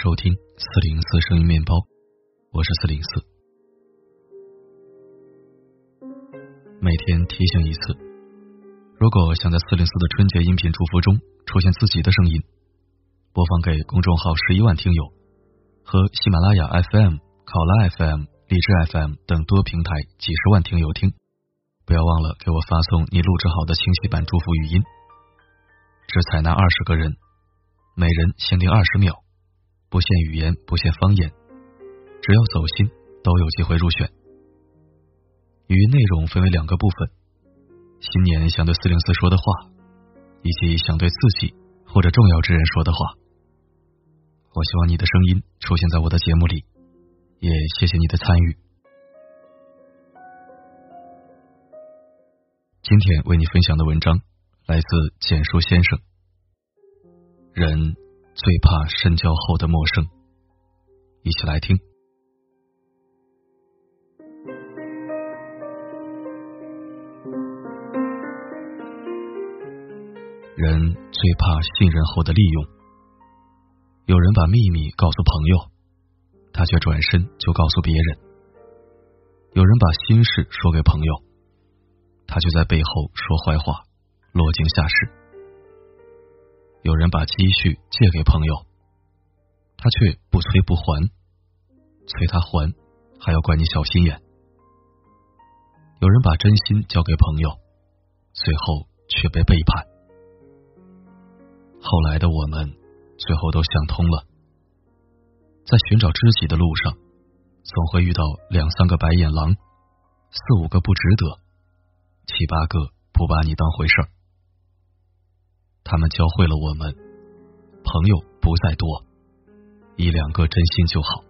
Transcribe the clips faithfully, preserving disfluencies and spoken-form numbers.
收听四零四声音面包，我是四零四。每天提醒一次，如果想在四零四的春节音频祝福中出现自己的声音，播放给公众号十一万听友和喜马拉雅 F M、考拉 F M、荔枝 F M 等多平台几十万听友听，不要忘了给我发送你录制好的清晰版祝福语音，只采纳二十个人，每人限定二十秒，不限语言，不限方言，只要走心都有机会入选。语音内容分为两个部分，新年想对四零四说的话，以及想对自己或者重要之人说的话。我希望你的声音出现在我的节目里，也谢谢你的参与。今天为你分享的文章来自简书先生。人最怕深交后的陌生，一起来听。人最怕信任后的利用。有人把秘密告诉朋友，他却转身就告诉别人。有人把心事说给朋友，他却在背后说坏话，落井下石。有人把积蓄借给朋友，他却不催不还，催他还还要怪你小心眼。有人把真心交给朋友，最后却被背叛。后来的我们最后都想通了，在寻找知己的路上，总会遇到两三个白眼狼，四五个不值得，七八个不把你当回事儿。他们教会了我们，朋友不再多，一两个真心就好。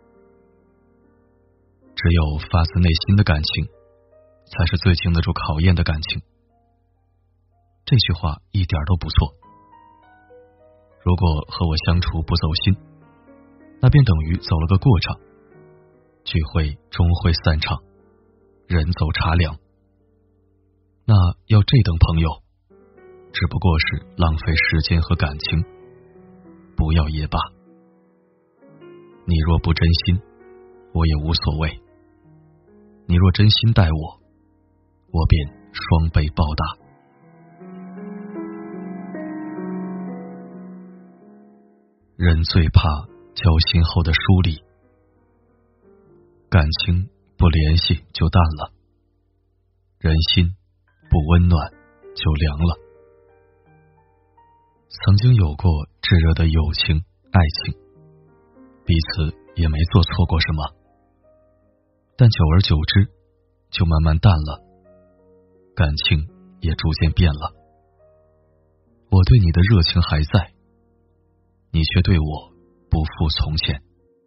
只有发自内心的感情，才是最经得住考验的感情。这句话一点都不错。如果和我相处不走心，那便等于走了个过场，聚会终会散场，人走茶凉。那要这等朋友，只不过是浪费时间和感情，不要也罢。你若不真心，我也无所谓；你若真心待我，我便双倍报答。人最怕交心后的疏离，感情不联系就淡了，人心不温暖就凉了。曾经有过炙热的友情、爱情，彼此也没做错过什么，但久而久之就慢慢淡了，感情也逐渐变了。我对你的热情还在，你却对我不复从前。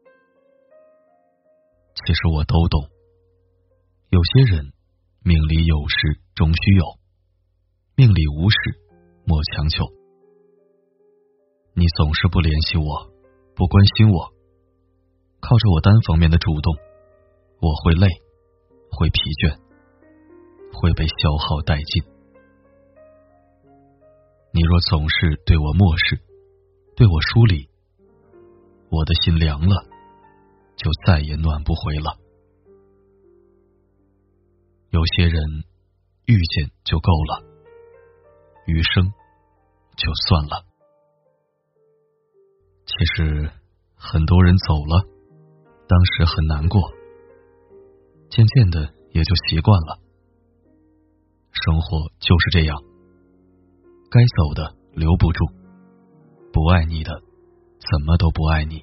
其实我都懂，有些人命里有时终须有，命里无时莫强求。你总是不联系我，不关心我，靠着我单方面的主动，我会累，会疲倦，会被消耗殆尽。你若总是对我漠视，对我疏离，我的心凉了，就再也暖不回了。有些人遇见就够了，余生就算了。其实很多人走了，当时很难过，渐渐的也就习惯了。生活就是这样，该走的留不住，不爱你的怎么都不爱你。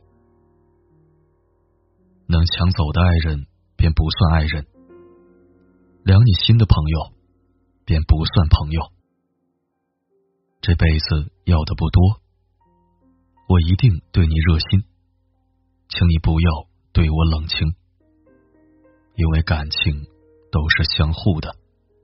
能抢走的爱人便不算爱人，量你心的朋友便不算朋友。这辈子要的不多，我一定对你热心，请你不要对我冷清，因为感情都是相互的。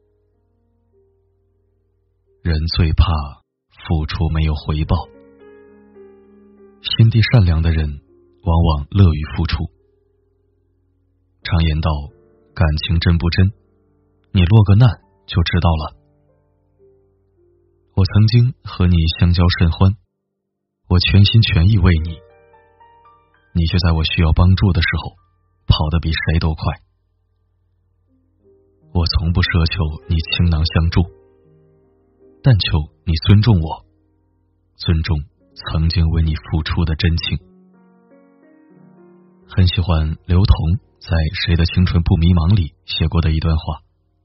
人最怕付出没有回报，心地善良的人往往乐于付出。常言道，感情真不真，你落个难就知道了。我曾经和你相交甚欢，我全心全意为你， 你却在我需要帮助的时候跑得比谁都快。我从不奢求你倾囊相助，但求你尊重我，尊重曾经为你付出的真情。很喜欢刘同在《谁的青春不迷茫》里写过的一段话：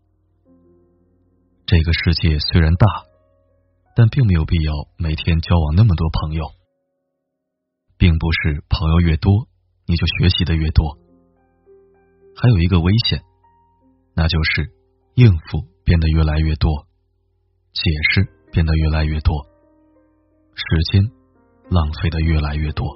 这个世界虽然大，但并没有必要每天交往那么多朋友。并不是朋友越多你就学习的越多，还有一个危险，那就是应付变得越来越多，解释变得越来越多，时间浪费的越来越多。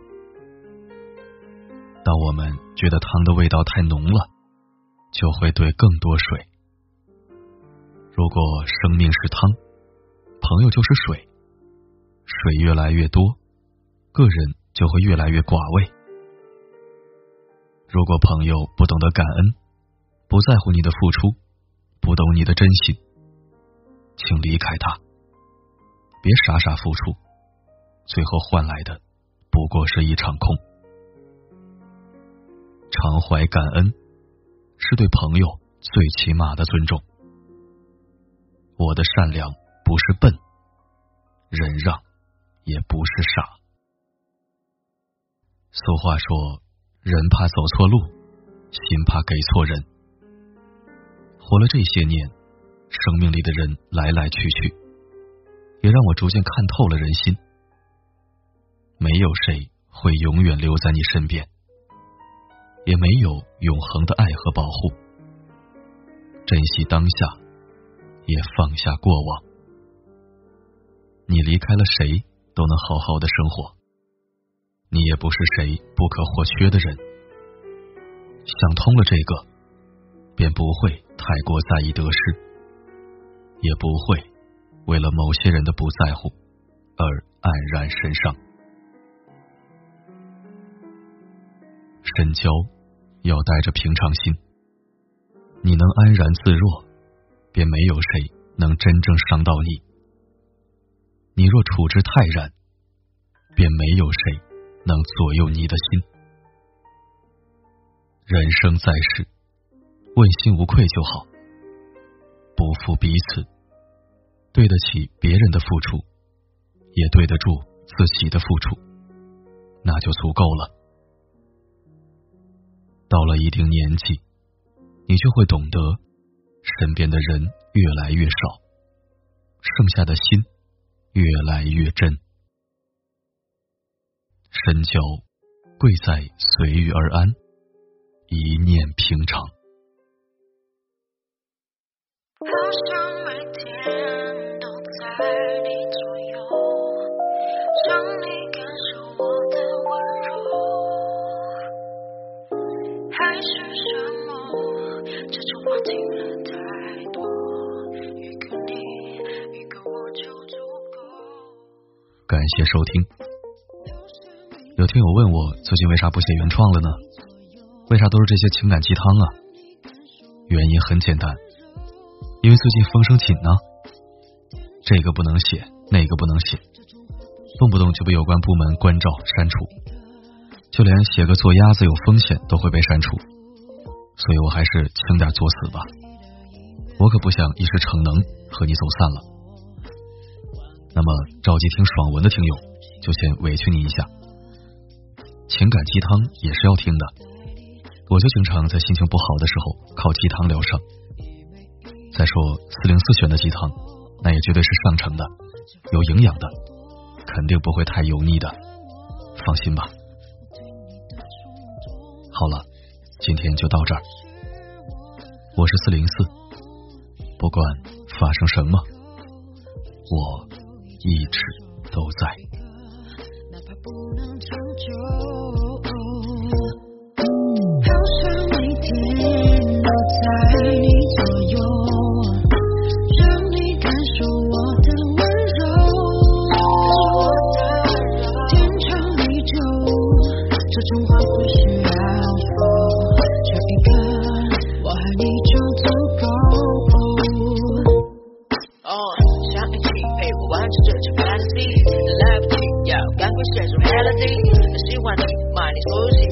当我们觉得汤的味道太浓了，就会兑更多水。如果生命是汤，朋友就是水，水越来越多，个人就会越来越寡味。如果朋友不懂得感恩，不在乎你的付出，不懂你的真心，请离开他，别傻傻付出，最后换来的不过是一场空。常怀感恩是对朋友最起码的尊重。我的善良不是笨，忍让也不是傻。俗话说，人怕走错路，心怕给错人。活了这些年，生命里的人来来去去，也让我逐渐看透了人心。没有谁会永远留在你身边，也没有永恒的爱和保护。珍惜当下，也放下过往。你离开了谁都能好好的生活，你也不是谁不可或缺的人。想通了这个，便不会太过在意得失，也不会为了某些人的不在乎而黯然神伤。深交要带着平常心，你能安然自若，便没有谁能真正伤到你。你若处之泰然，便没有谁能左右你的心。人生在世，问心无愧就好，不负彼此，对得起别人的付出，也对得住自己的付出，那就足够了。到了一定年纪，你就会懂得，身边的人越来越少，剩下的心越来越真。深交贵在随遇而安，一念平常。 好像每天都在你左右，让你感受我的温柔。还是什么，这种话听了太多，一个你，一个我就足够。 感谢收听。有听友问我最近为啥不写原创了呢？为啥都是这些情感鸡汤啊？原因很简单，因为最近风声紧呢，这个不能写，那个不能写，动不动就被有关部门关照删除，就连写个做鸭子有风险都会被删除，所以我还是轻点作死吧。我可不想一时逞能和你走散了。那么着急听爽文的听友就先委屈你一下，情感鸡汤也是要听的，我就经常在心情不好的时候靠鸡汤疗伤。再说四零四选的鸡汤，那也绝对是上乘的，有营养的，肯定不会太油腻的，放心吧。好了，今天就到这儿。我是四零四，不管发生什么，我一直都在。 哪怕不能长久，好像每天都在你左右，让你感受我的温柔。天长地久，这种话不需要说，这一刻我和你就足够。哦，上一期陪我完成这场 fantasy，来不及要赶快陷入 reality，喜欢你，骂你熟悉。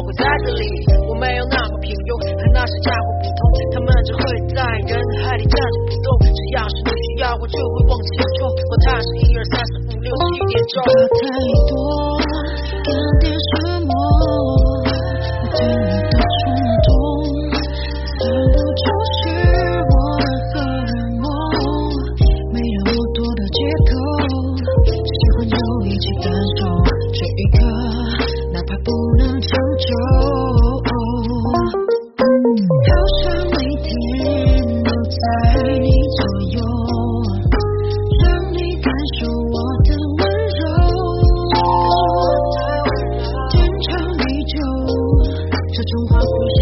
会在这里。我没有那么平庸，和那些家伙不同，他们只会在人海里站着不动。只要是你需要，我就会往前冲。管它是一二三四五六七点钟。 话太多，干点什么？我对你的冲动，难不就是我的荷尔蒙？没让我躲到街头，喜欢就一起感受这一刻，哪怕不能长久。好像每天都在你左右，让你感受我的温柔，天长地久，这种话不